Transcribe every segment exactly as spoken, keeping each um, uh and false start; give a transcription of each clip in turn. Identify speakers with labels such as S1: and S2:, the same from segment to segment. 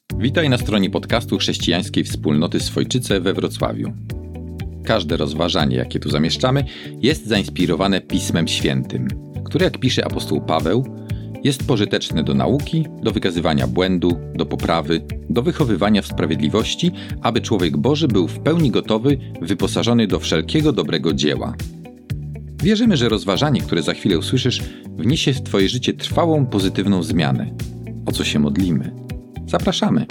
S1: Witaj na stronie podcastu Chrześcijańskiej Wspólnoty Swojczyce we Wrocławiu. Każde rozważanie, jakie tu zamieszczamy, jest zainspirowane Pismem Świętym, które, jak pisze apostoł Paweł, jest pożyteczne do nauki, do wykazywania błędu, do poprawy, do wychowywania w sprawiedliwości, aby człowiek Boży był w pełni gotowy, wyposażony do wszelkiego dobrego dzieła. Wierzymy, że rozważanie, które za chwilę usłyszysz, wniesie w Twoje życie trwałą, pozytywną zmianę, o co się modlimy. Zapraszamy!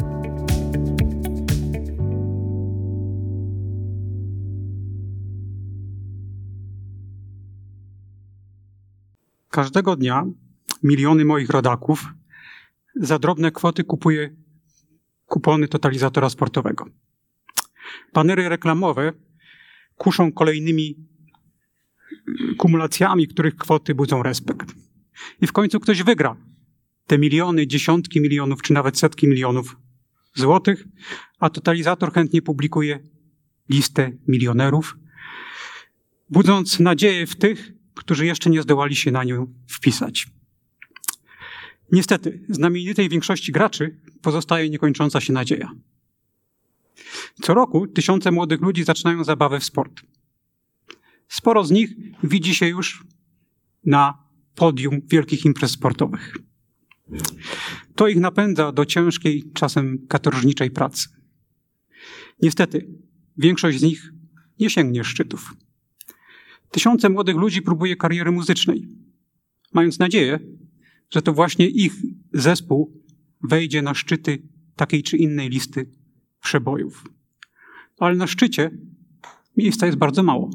S2: Każdego dnia miliony moich rodaków za drobne kwoty kupuje kupony totalizatora sportowego. Banery reklamowe kuszą kolejnymi kumulacjami, których kwoty budzą respekt. I w końcu ktoś wygra te miliony, dziesiątki milionów, czy nawet setki milionów złotych, a totalizator chętnie publikuje listę milionerów, budząc nadzieję w tych, którzy jeszcze nie zdołali się na nią wpisać. Niestety, znamienitej większości graczy pozostaje niekończąca się nadzieja. Co roku tysiące młodych ludzi zaczynają zabawę w sport. Sporo z nich widzi się już na podium wielkich imprez sportowych. To ich napędza do ciężkiej, czasem katorżniczej pracy. Niestety, większość z nich nie sięgnie szczytów. Tysiące młodych ludzi próbuje kariery muzycznej, mając nadzieję, że to właśnie ich zespół wejdzie na szczyty takiej czy innej listy przebojów. Ale na szczycie miejsca jest bardzo mało.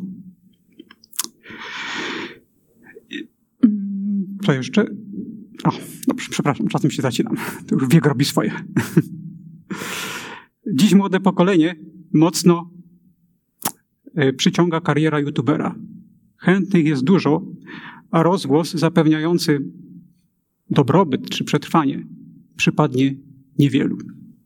S2: Co jeszcze? O, dobrze, przepraszam, czasem się zacinam. To już wiek robi swoje. Dziś młode pokolenie mocno przyciąga kariera youtubera. Chętnych jest dużo, a rozgłos zapewniający dobrobyt czy przetrwanie przypadnie niewielu.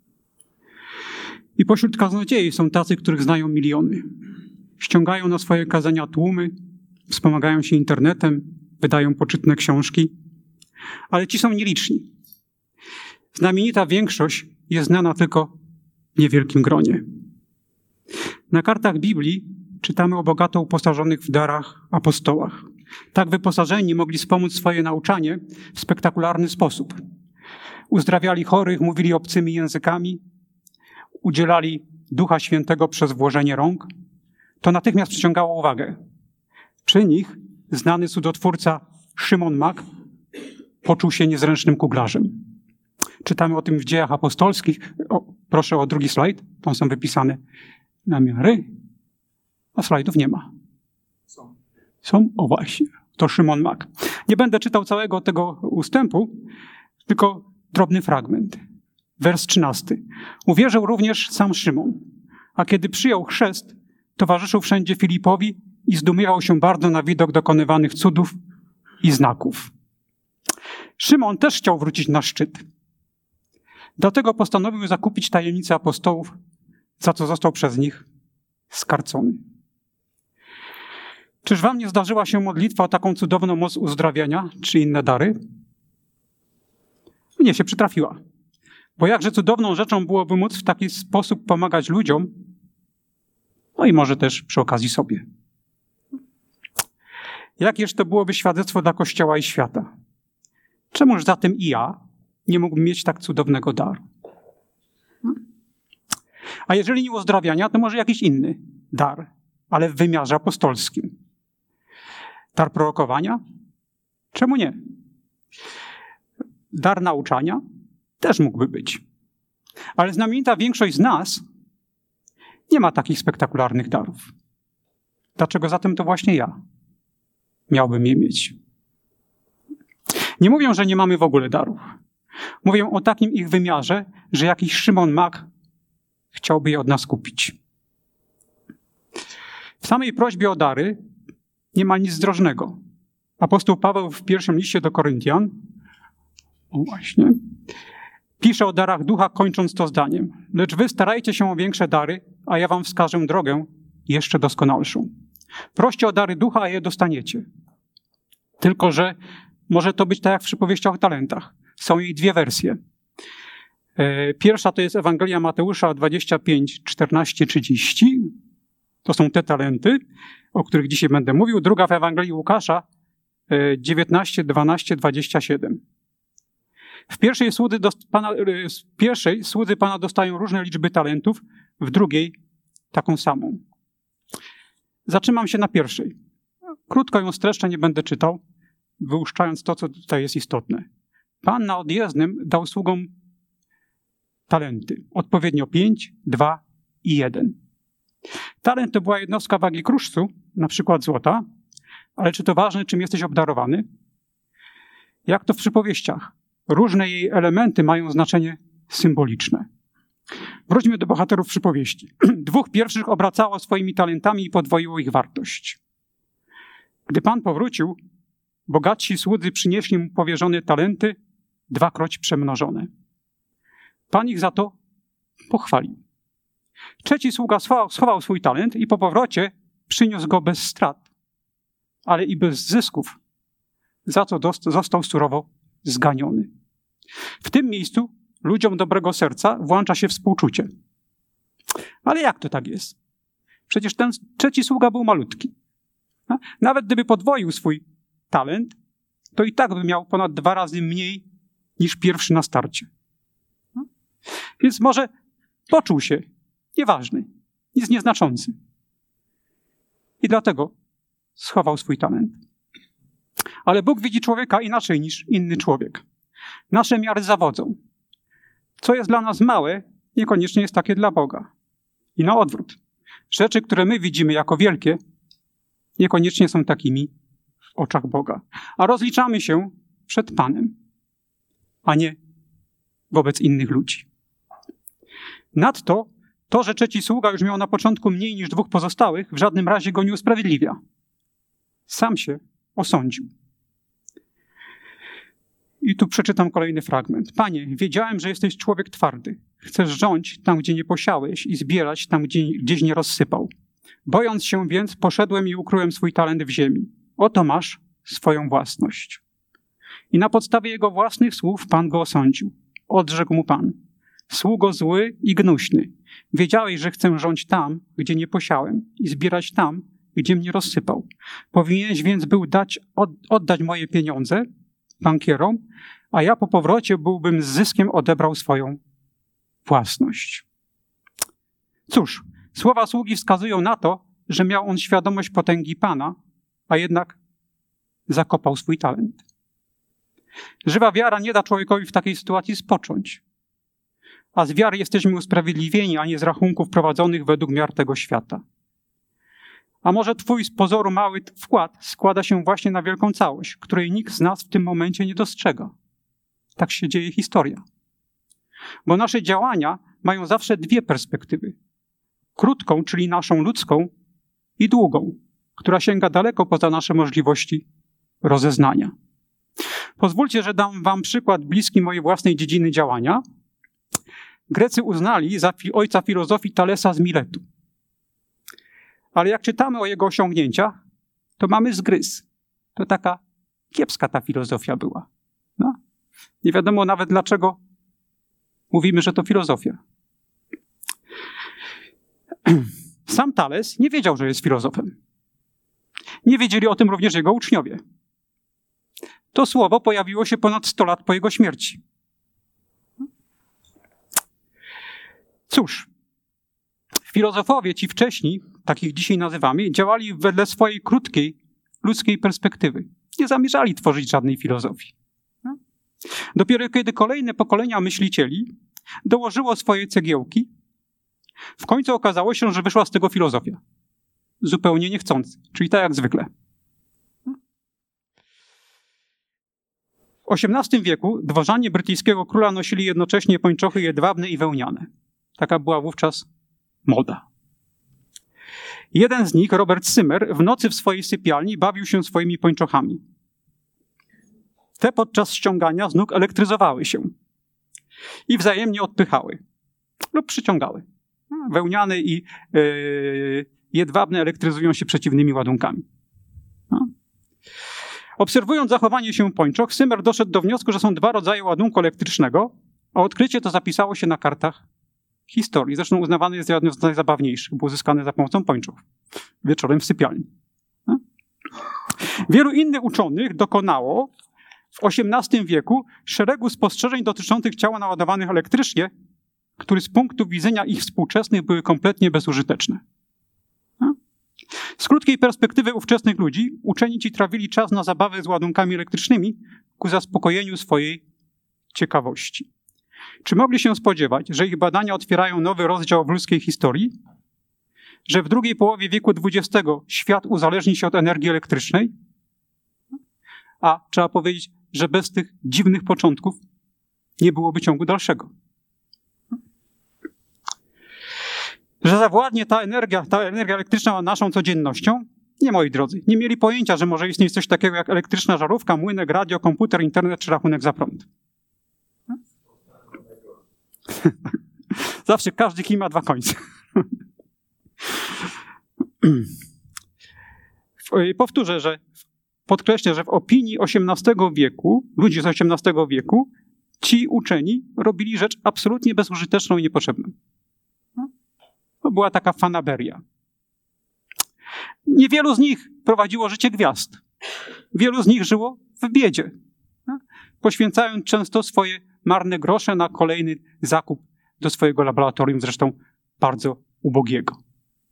S2: I pośród kaznodziei są tacy, których znają miliony. Ściągają na swoje kazania tłumy, wspomagają się internetem, wydają poczytne książki, ale ci są nieliczni. Znamienita większość jest znana tylko w niewielkim gronie. Na kartach Biblii czytamy o bogato uposażonych w darach apostołach. Tak wyposażeni mogli wspomóc swoje nauczanie w spektakularny sposób. Uzdrawiali chorych, mówili obcymi językami, udzielali Ducha Świętego przez włożenie rąk. To natychmiast przyciągało uwagę. Przy nich znany cudotwórca Szymon Mak poczuł się niezręcznym kuglarzem. Czytamy o tym w Dziejach Apostolskich. O, proszę o drugi slajd. Tam są wypisane namiary, a slajdów nie ma. Są. Są? O właśnie. To Szymon Mak. Nie będę czytał całego tego ustępu, tylko drobny fragment. Wers trzynasty. Uwierzył również sam Szymon, a kiedy przyjął chrzest, towarzyszył wszędzie Filipowi i zdumiewał się bardzo na widok dokonywanych cudów i znaków. Szymon też chciał wrócić na szczyt. Dlatego postanowił zakupić tajemnicę apostołów, za co został przez nich skarcony. Czyż wam nie zdarzyła się modlitwa o taką cudowną moc uzdrawiania, czy inne dary? Mnie się przytrafiła. Bo jakże cudowną rzeczą byłoby móc w taki sposób pomagać ludziom, no i może też przy okazji sobie. Jakież to byłoby świadectwo dla Kościoła i świata? Czemuż zatem i ja nie mógłbym mieć tak cudownego daru? A jeżeli nie uzdrawiania, to może jakiś inny dar, ale w wymiarze apostolskim. Dar prorokowania? Czemu nie? Dar nauczania? Też mógłby być. Ale znamienita większość z nas nie ma takich spektakularnych darów. Dlaczego zatem to właśnie ja miałbym je mieć? Nie mówią, że nie mamy w ogóle darów. Mówią o takim ich wymiarze, że jakiś Szymon Mak chciałby je od nas kupić. W samej prośbie o dary nie ma nic zdrożnego. Apostoł Paweł w pierwszym liście do Koryntian, o właśnie, pisze o darach ducha, kończąc to zdaniem. Lecz wy starajcie się o większe dary, a ja wam wskażę drogę jeszcze doskonalszą. Proście o dary ducha, a je dostaniecie. Tylko że może to być tak jak w przypowieściach o talentach. Są jej dwie wersje. Pierwsza to jest Ewangelia Mateusza dwadzieścia pięć, czternaście, trzydzieści. To są te talenty, o których dzisiaj będę mówił. Druga w Ewangelii Łukasza dziewiętnaście, dwanaście, dwadzieścia siedem. W pierwszej, słudzy Pana, w pierwszej słudzy Pana dostają różne liczby talentów, w drugiej taką samą. Zatrzymam się na pierwszej. Krótko ją streszczę, nie będę czytał, wyłuszczając to, co tutaj jest istotne. Pan na odjezdnym dał sługom talenty. Odpowiednio pięć, dwa i jeden. Talent to była jednostka wagi kruszcu, na przykład złota, ale czy to ważne, czym jesteś obdarowany? Jak to w przypowieściach? Różne jej elementy mają znaczenie symboliczne. Wróćmy do bohaterów przypowieści. Dwóch pierwszych obracało swoimi talentami i podwoiło ich wartość. Gdy Pan powrócił, bogatsi słudzy przynieśli mu powierzone talenty, dwakroć przemnożone. Pan ich za to pochwalił. Trzeci sługa schował swój talent i po powrocie przyniósł go bez strat, ale i bez zysków, za co został surowo zganiony. W tym miejscu ludziom dobrego serca włącza się współczucie. Ale jak to tak jest? Przecież ten trzeci sługa był malutki. Nawet gdyby podwoił swój talent, to i tak by miał ponad dwa razy mniej niż pierwszy na starcie. Więc może poczuł się nieważny, nic nieznaczący. I dlatego schował swój talent. Ale Bóg widzi człowieka inaczej niż inny człowiek. Nasze miary zawodzą. Co jest dla nas małe, niekoniecznie jest takie dla Boga. I na odwrót. Rzeczy, które my widzimy jako wielkie, niekoniecznie są takimi w oczach Boga. A rozliczamy się przed Panem, a nie wobec innych ludzi. Nadto to, że trzeci sługa już miał na początku mniej niż dwóch pozostałych, w żadnym razie go nie usprawiedliwia. Sam się osądził. I tu przeczytam kolejny fragment. Panie, wiedziałem, że jesteś człowiek twardy. Chcesz rządzić tam, gdzie nie posiałeś i zbierać tam, gdzie, gdzieś nie rozsypał. Bojąc się więc, poszedłem i ukryłem swój talent w ziemi. Oto masz swoją własność. I na podstawie jego własnych słów Pan go osądził. Odrzekł mu Pan. Sługo zły i gnuśny. Wiedziałeś, że chcę rządzić tam, gdzie nie posiałem i zbierać tam, gdzie mnie rozsypał. Powinieneś więc był dać, od, oddać moje pieniądze bankierom, a ja po powrocie byłbym z zyskiem odebrał swoją własność. Cóż, słowa sługi wskazują na to, że miał on świadomość potęgi Pana, a jednak zakopał swój talent. Żywa wiara nie da człowiekowi w takiej sytuacji spocząć. A z wiary jesteśmy usprawiedliwieni, a nie z rachunków prowadzonych według miar tego świata. A może twój z pozoru mały wkład składa się właśnie na wielką całość, której nikt z nas w tym momencie nie dostrzega. Tak się dzieje historia. Bo nasze działania mają zawsze dwie perspektywy. Krótką, czyli naszą ludzką, i długą, która sięga daleko poza nasze możliwości rozeznania. Pozwólcie, że dam wam przykład bliski mojej własnej dziedziny działania. Grecy uznali za ojca filozofii Thalesa z Miletu. Ale jak czytamy o jego osiągnięciach, to mamy zgryz. To taka kiepska ta filozofia była. No. Nie wiadomo nawet dlaczego mówimy, że to filozofia. Sam Thales nie wiedział, że jest filozofem. Nie wiedzieli o tym również jego uczniowie. To słowo pojawiło się ponad sto lat po jego śmierci. Cóż, filozofowie ci wcześni, takich dzisiaj nazywamy, działali wedle swojej krótkiej, ludzkiej perspektywy. Nie zamierzali tworzyć żadnej filozofii. Dopiero kiedy kolejne pokolenia myślicieli dołożyło swoje cegiełki, w końcu okazało się, że wyszła z tego filozofia. Zupełnie niechcący, czyli tak jak zwykle. W osiemnastym wieku dworzanie brytyjskiego króla nosili jednocześnie pończochy jedwabne i wełniane. Taka była wówczas moda. Jeden z nich, Robert Symmer, w nocy w swojej sypialni bawił się swoimi pończochami. Te podczas ściągania z nóg elektryzowały się i wzajemnie odpychały lub przyciągały. Wełniane i yy, jedwabne elektryzują się przeciwnymi ładunkami. No. Obserwując zachowanie się pończoch, Symmer doszedł do wniosku, że są dwa rodzaje ładunku elektrycznego, A odkrycie to zapisało się na kartach historii. Zresztą uznawane jest za jedno z najzabawniejszych. Było uzyskane za pomocą pończów. Wieczorem w sypialni. Wielu innych uczonych dokonało w osiemnastym wieku szeregu spostrzeżeń dotyczących ciał naładowanych elektrycznie, które z punktu widzenia ich współczesnych były kompletnie bezużyteczne. Z krótkiej perspektywy ówczesnych ludzi uczeni ci trawili czas na zabawę z ładunkami elektrycznymi ku zaspokojeniu swojej ciekawości. Czy mogli się spodziewać, że ich badania otwierają nowy rozdział w ludzkiej historii? Że w drugiej połowie wieku dwudziestego świat uzależni się od energii elektrycznej? A trzeba powiedzieć, że bez tych dziwnych początków nie byłoby ciągu dalszego. Że zawładnie ta energia, ta energia elektryczna naszą codziennością? Nie, moi drodzy. Nie mieli pojęcia, że może istnieć coś takiego jak elektryczna żarówka, młynek, radio, komputer, internet czy rachunek za prąd. Zawsze każdy kij ma dwa końce. Powtórzę, że podkreślę, że w opinii osiemnastego wieku, ludzi z osiemnastego wieku, ci uczeni robili rzecz absolutnie bezużyteczną i niepotrzebną. To była taka fanaberia. Niewielu z nich prowadziło życie gwiazd. Wielu z nich żyło w biedzie, poświęcając często swoje marne grosze na kolejny zakup do swojego laboratorium, zresztą bardzo ubogiego.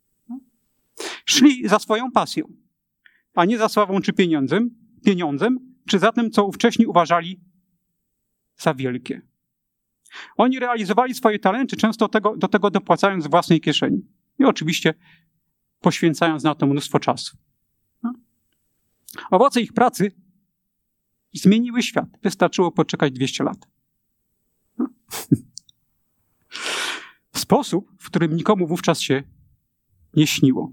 S2: Szli za swoją pasją, a nie za sławą czy pieniądzem, pieniądzem, czy za tym, co ówcześni uważali za wielkie. Oni realizowali swoje talenty, często tego, do tego dopłacając z własnej kieszeni. I oczywiście poświęcając na to mnóstwo czasu. No. Owoce ich pracy zmieniły świat. Wystarczyło poczekać dwieście lat. No. W sposób, w którym nikomu wówczas się nie śniło.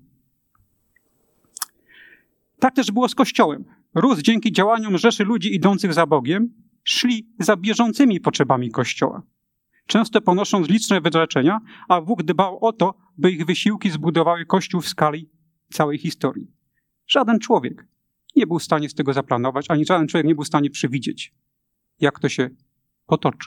S2: Tak też było z Kościołem. Rósł dzięki działaniom rzeszy ludzi idących za Bogiem, szli za bieżącymi potrzebami Kościoła, często ponosząc liczne wydrzeczenia, a Bóg dbał o to, by ich wysiłki zbudowały Kościół w skali całej historii. Żaden człowiek nie był w stanie z tego zaplanować, ani żaden człowiek nie był w stanie przewidzieć, jak to się potoczy.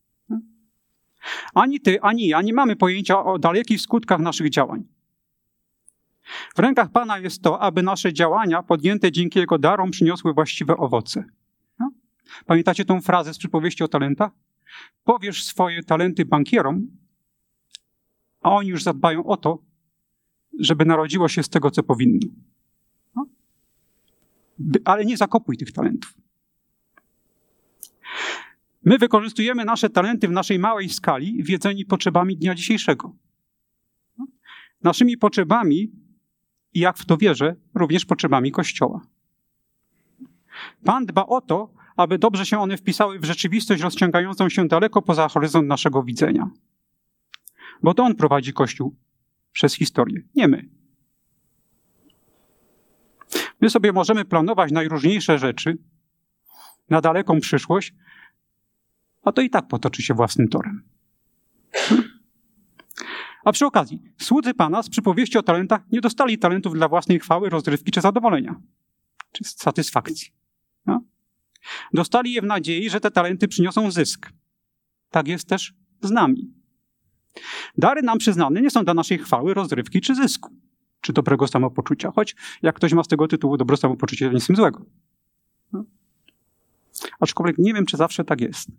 S2: Ani ty, ani ja nie mamy pojęcia o dalekich skutkach naszych działań. W rękach Pana jest to, aby nasze działania podjęte dzięki Jego darom przyniosły właściwe owoce. No? Pamiętacie tą frazę z przypowieści o talentach? Powiesz swoje talenty bankierom, a oni już zadbają o to, żeby narodziło się z tego, co powinno. No? Ale nie zakopuj tych talentów. My wykorzystujemy nasze talenty w naszej małej skali, wiedzeni potrzebami dnia dzisiejszego. No? Naszymi potrzebami, i jak w to wierzę, również potrzebami Kościoła. Pan dba o to, aby dobrze się one wpisały w rzeczywistość rozciągającą się daleko poza horyzont naszego widzenia. Bo to On prowadzi Kościół przez historię, nie my. My sobie możemy planować najróżniejsze rzeczy na daleką przyszłość, a to i tak potoczy się własnym torem. A przy okazji, słudzy Pana z przypowieści o talentach nie dostali talentów dla własnej chwały, rozrywki czy zadowolenia, czy satysfakcji. No? Dostali je w nadziei, że te talenty przyniosą zysk. Tak jest też z nami. Dary nam przyznane nie są dla naszej chwały, rozrywki czy zysku, czy dobrego samopoczucia, choć jak ktoś ma z tego tytułu dobre samopoczucie, to nic z tym złego. No? Aczkolwiek nie wiem, czy zawsze tak jest.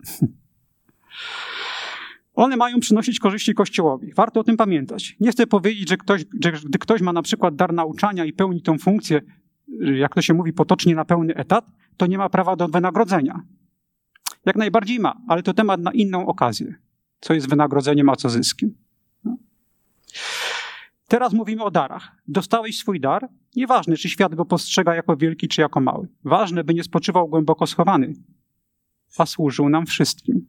S2: One mają przynosić korzyści Kościołowi. Warto o tym pamiętać. Nie chcę powiedzieć, że, ktoś, że gdy ktoś ma na przykład dar nauczania i pełni tą funkcję, jak to się mówi potocznie, na pełny etat, to nie ma prawa do wynagrodzenia. Jak najbardziej ma, ale to temat na inną okazję. Co jest wynagrodzeniem, a co zyskiem. No. Teraz mówimy o darach. Dostałeś swój dar? Nieważne, czy świat go postrzega jako wielki, czy jako mały. Ważne, by nie spoczywał głęboko schowany, a służył nam wszystkim.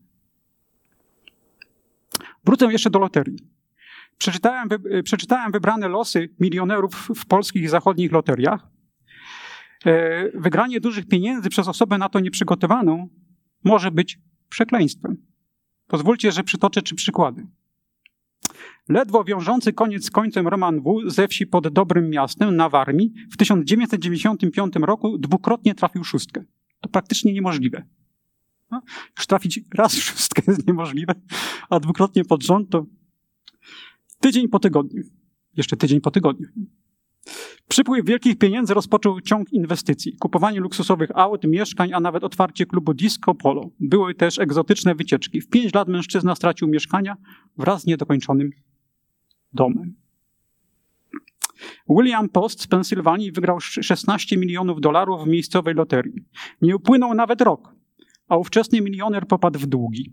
S2: Wrócę jeszcze do loterii. Przeczytałem, wy, przeczytałem wybrane losy milionerów w polskich i zachodnich loteriach. E, wygranie dużych pieniędzy przez osobę na to nieprzygotowaną może być przekleństwem. Pozwólcie, że przytoczę trzy przykłady. Ledwo wiążący koniec z końcem Roman W. ze wsi pod Dobrym Miastem na Warmii w tysiąc dziewięćset dziewięćdziesiątym piątym roku dwukrotnie trafił szóstkę. To praktycznie niemożliwe. No, już trafić raz wszystko jest niemożliwe, a dwukrotnie pod rząd to tydzień po tygodniu. Jeszcze tydzień po tygodniu. Przypływ wielkich pieniędzy rozpoczął ciąg inwestycji. Kupowanie luksusowych aut, mieszkań, a nawet otwarcie klubu Disco Polo. Były też egzotyczne wycieczki. W pięć lat mężczyzna stracił mieszkania wraz z niedokończonym domem. William Post z Pensylwanii wygrał szesnaście milionów dolarów w miejscowej loterii. Nie upłynął nawet rok, a ówczesny milioner popadł w długi.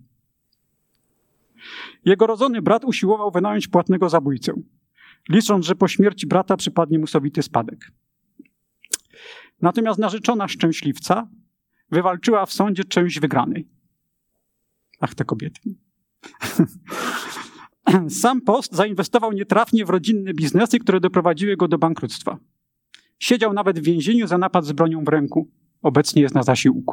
S2: Jego rodzony brat usiłował wynająć płatnego zabójcę, licząc, że po śmierci brata przypadnie mu sowity spadek. Natomiast narzeczona szczęśliwca wywalczyła w sądzie część wygranej. Ach, te kobiety. Sam Post zainwestował nietrafnie w rodzinne biznesy, które doprowadziły go do bankructwa. Siedział nawet w więzieniu za napad z bronią w ręku. Obecnie jest na zasiłku.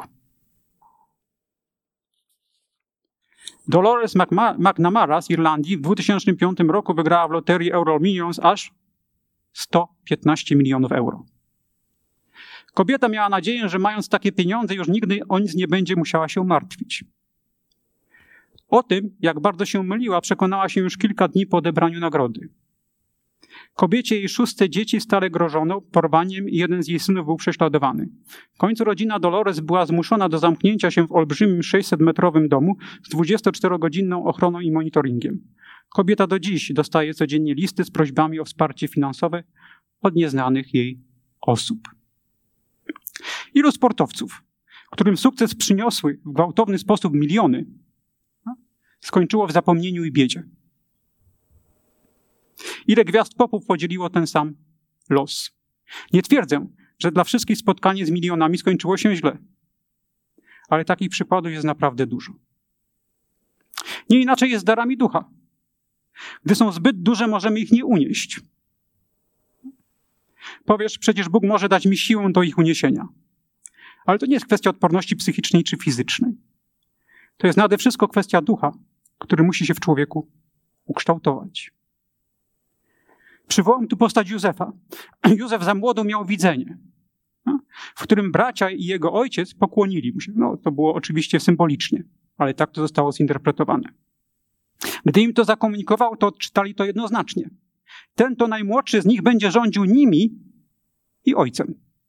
S2: Dolores McNamara z Irlandii w dwa tysiące piątym roku wygrała w loterii Euromillions aż sto piętnaście milionów euro. Kobieta miała nadzieję, że mając takie pieniądze już nigdy o nic nie będzie musiała się martwić. O tym, jak bardzo się myliła, przekonała się już kilka dni po odebraniu nagrody. Kobiecie i jej szóste dzieci stale grożono porwaniem i jeden z jej synów był prześladowany. W końcu rodzina Dolores była zmuszona do zamknięcia się w olbrzymim sześćsetmetrowym domu z dwudziestoczterogodzinną ochroną i monitoringiem. Kobieta do dziś dostaje codziennie listy z prośbami o wsparcie finansowe od nieznanych jej osób. Ilu sportowców, którym sukces przyniosły w gwałtowny sposób miliony, skończyło w zapomnieniu i biedzie? Ile gwiazd popów podzieliło ten sam los? Nie twierdzę, że dla wszystkich spotkanie z milionami skończyło się źle. Ale takich przykładów jest naprawdę dużo. Nie inaczej jest z darami ducha. Gdy są zbyt duże, możemy ich nie unieść. Powiesz, przecież Bóg może dać mi siłę do ich uniesienia. Ale to nie jest kwestia odporności psychicznej czy fizycznej. To jest nade wszystko kwestia ducha, który musi się w człowieku ukształtować. Przywołam tu postać Józefa. Józef za młodu miał widzenie, w którym bracia i jego ojciec pokłonili mu się. No, to było oczywiście symbolicznie, ale tak to zostało zinterpretowane. Gdy im to zakomunikował, to czytali to jednoznacznie. Ten to najmłodszy z nich będzie rządził nimi i ojcem.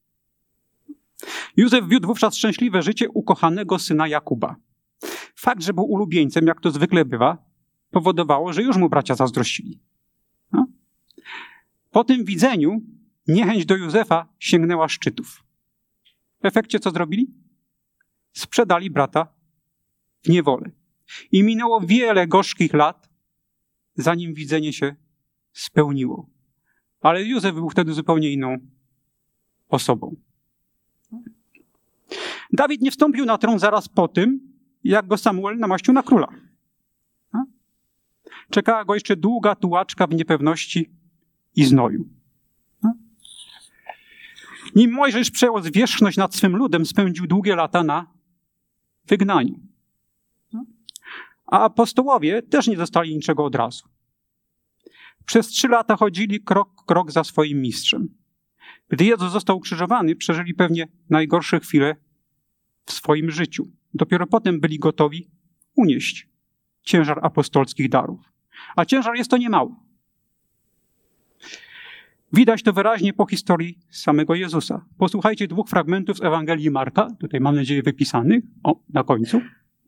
S2: Józef wiódł wówczas szczęśliwe życie ukochanego syna Jakuba. Fakt, że był ulubieńcem, jak to zwykle bywa, powodowało, że już mu bracia zazdrościli. No? Po tym widzeniu niechęć do Józefa sięgnęła szczytów. W efekcie co zrobili? Sprzedali brata w niewolę. I minęło wiele gorzkich lat, zanim widzenie się spełniło. Ale Józef był wtedy zupełnie inną osobą. Dawid nie wstąpił na tron zaraz po tym, jak go Samuel namaścił na króla. Czekała go jeszcze długa tułaczka w niepewności i znoju. Nim Mojżesz przejął zwierzchność nad swym ludem, spędził długie lata na wygnaniu. A apostołowie też nie dostali niczego od razu. Przez trzy lata chodzili krok krok za swoim mistrzem. Gdy Jezus został ukrzyżowany, przeżyli pewnie najgorsze chwile w swoim życiu. Dopiero potem byli gotowi unieść ciężar apostolskich darów. A ciężar jest to niemały. Widać to wyraźnie po historii samego Jezusa. Posłuchajcie dwóch fragmentów z Ewangelii Marka, tutaj mam nadzieję wypisanych, o, na końcu.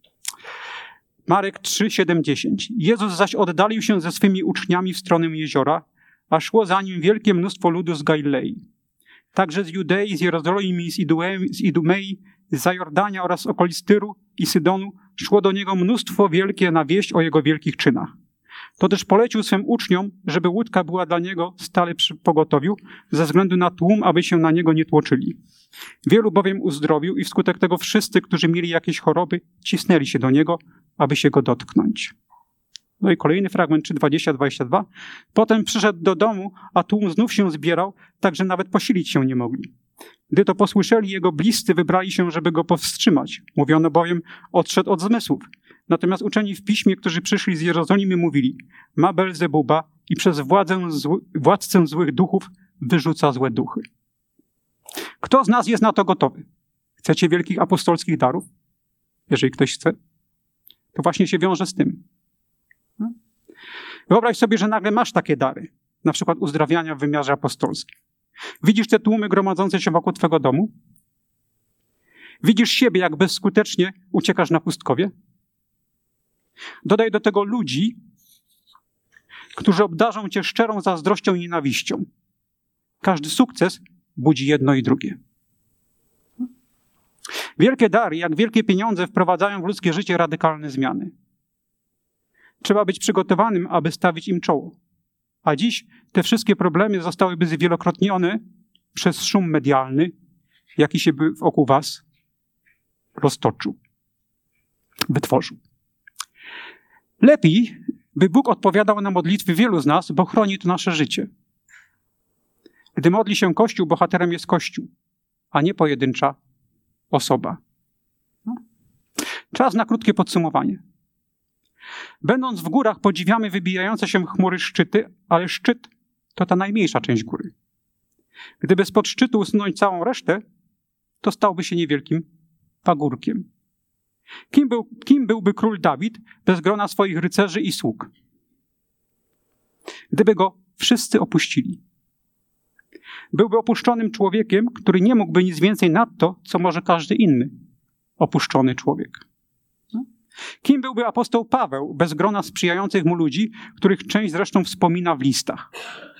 S2: Marek trzy, siedem, dziesięć. Jezus zaś oddalił się ze swymi uczniami w stronę jeziora, a szło za nim wielkie mnóstwo ludu z Galilei. Także z Judei, z Jerozolimy, z Idumei, z Idumei, z Zajordania oraz okolic Tyru i Sydonu szło do niego mnóstwo wielkie na wieść o jego wielkich czynach. To też polecił swym uczniom, żeby łódka była dla niego stale przy pogotowiu, ze względu na tłum, aby się na niego nie tłoczyli. Wielu bowiem uzdrowił i wskutek tego wszyscy, którzy mieli jakieś choroby, cisnęli się do niego, aby się go dotknąć. No i kolejny fragment, trzy, dwadzieścia, dwadzieścia dwa. Potem przyszedł do domu, a tłum znów się zbierał, tak że nawet posilić się nie mogli. Gdy to posłyszeli, jego bliscy wybrali się, żeby go powstrzymać. Mówiono bowiem, odszedł od zmysłów. Natomiast uczeni w piśmie, którzy przyszli z Jerozolimy, mówili, ma Belzebuba i przez władzę zły, władcę złych duchów wyrzuca złe duchy. Kto z nas jest na to gotowy? Chcecie wielkich apostolskich darów? jeżeli ktoś chce. To właśnie się wiąże z tym. No? Wyobraź sobie, że nagle masz takie dary, na przykład uzdrawiania w wymiarze apostolskim. Widzisz te tłumy gromadzące się wokół twego domu? Widzisz siebie, jak bezskutecznie uciekasz na pustkowie? Dodaj do tego ludzi, którzy obdarzą cię szczerą zazdrością i nienawiścią. Każdy sukces budzi jedno i drugie. Wielkie dary, jak wielkie pieniądze, wprowadzają w ludzkie życie radykalne zmiany. Trzeba być przygotowanym, aby stawić im czoło. A dziś te wszystkie problemy zostałyby zwielokrotnione przez szum medialny, jaki się by wokół was roztoczył, wytworzył. Lepiej, by Bóg odpowiadał na modlitwy wielu z nas, bo chroni to nasze życie. Gdy modli się Kościół, bohaterem jest Kościół, a nie pojedyncza osoba. No. Czas na krótkie podsumowanie. Będąc w górach, podziwiamy wybijające się chmury szczyty, ale szczyt to ta najmniejsza część góry. Gdyby spod szczytu usunąć całą resztę, to stałby się niewielkim pagórkiem. Kim, był, kim byłby król Dawid bez grona swoich rycerzy i sług? Gdyby go wszyscy opuścili. Byłby opuszczonym człowiekiem, który nie mógłby nic więcej nad to, co może każdy inny opuszczony człowiek. Kim byłby apostoł Paweł bez grona sprzyjających mu ludzi, których część zresztą wspomina w listach?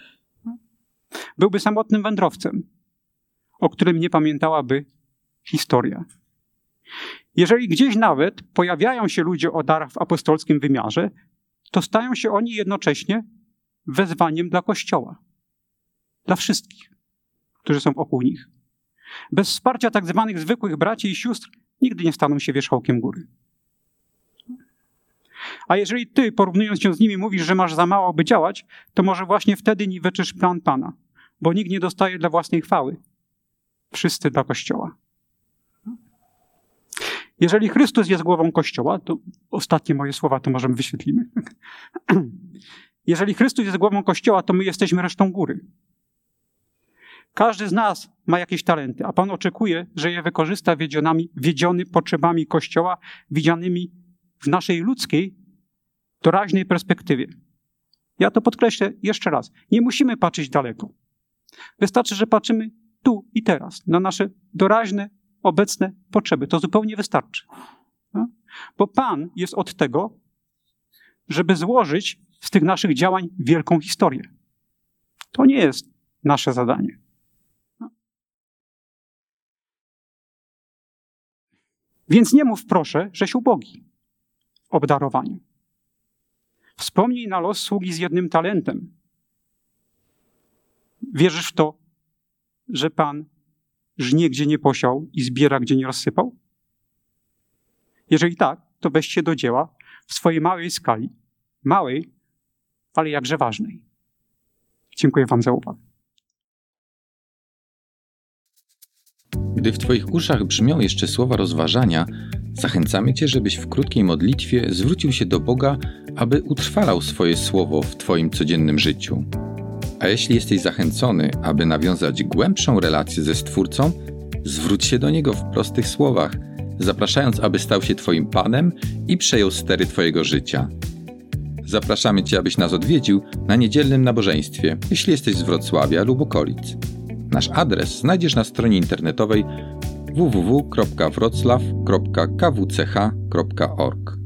S2: Byłby samotnym wędrowcem, o którym nie pamiętałaby historia. Jeżeli gdzieś nawet pojawiają się ludzie o darach w apostolskim wymiarze, to stają się oni jednocześnie wezwaniem dla Kościoła. Dla wszystkich, którzy są wokół nich. Bez wsparcia tak zwanych zwykłych braci i sióstr nigdy nie staną się wierzchołkiem góry. A jeżeli ty, porównując się z nimi, mówisz, że masz za mało, by działać, to może właśnie wtedy niweczysz plan Pana, bo nikt nie dostaje dla własnej chwały. Wszyscy dla Kościoła. Jeżeli Chrystus jest głową Kościoła, to ostatnie moje słowa to możemy wyświetlimy. Jeżeli Chrystus jest głową Kościoła, to my jesteśmy resztą góry. Każdy z nas ma jakieś talenty, a Pan oczekuje, że je wykorzysta wiedzionami, wiedziony potrzebami Kościoła, widzianymi w naszej ludzkiej, doraźnej perspektywie. Ja to podkreślę jeszcze raz. Nie musimy patrzeć daleko. Wystarczy, że patrzymy tu i teraz, na nasze doraźne, obecne potrzeby. To zupełnie wystarczy. No? Bo Pan jest od tego, żeby złożyć z tych naszych działań wielką historię. To nie jest nasze zadanie. No. Więc nie mów proszę, żeś ubogi w obdarowaniu. Wspomnij na los sługi z jednym talentem. Wierzysz w to, że Pan żnie, gdzie nie posiał i zbiera, gdzie nie rozsypał? Jeżeli tak, to weź się do dzieła w swojej małej skali. Małej, ale jakże ważnej. Dziękuję wam za uwagę.
S1: Gdy w twoich uszach brzmią jeszcze słowa rozważania, zachęcamy cię, żebyś w krótkiej modlitwie zwrócił się do Boga, aby utrwalał swoje słowo w twoim codziennym życiu. A jeśli jesteś zachęcony, aby nawiązać głębszą relację ze Stwórcą, zwróć się do Niego w prostych słowach, zapraszając, aby stał się twoim Panem i przejął stery twojego życia. Zapraszamy cię, abyś nas odwiedził na niedzielnym nabożeństwie, jeśli jesteś z Wrocławia lub okolic. Nasz adres znajdziesz na stronie internetowej w w w kropka wroclaw kropka k w c h kropka org.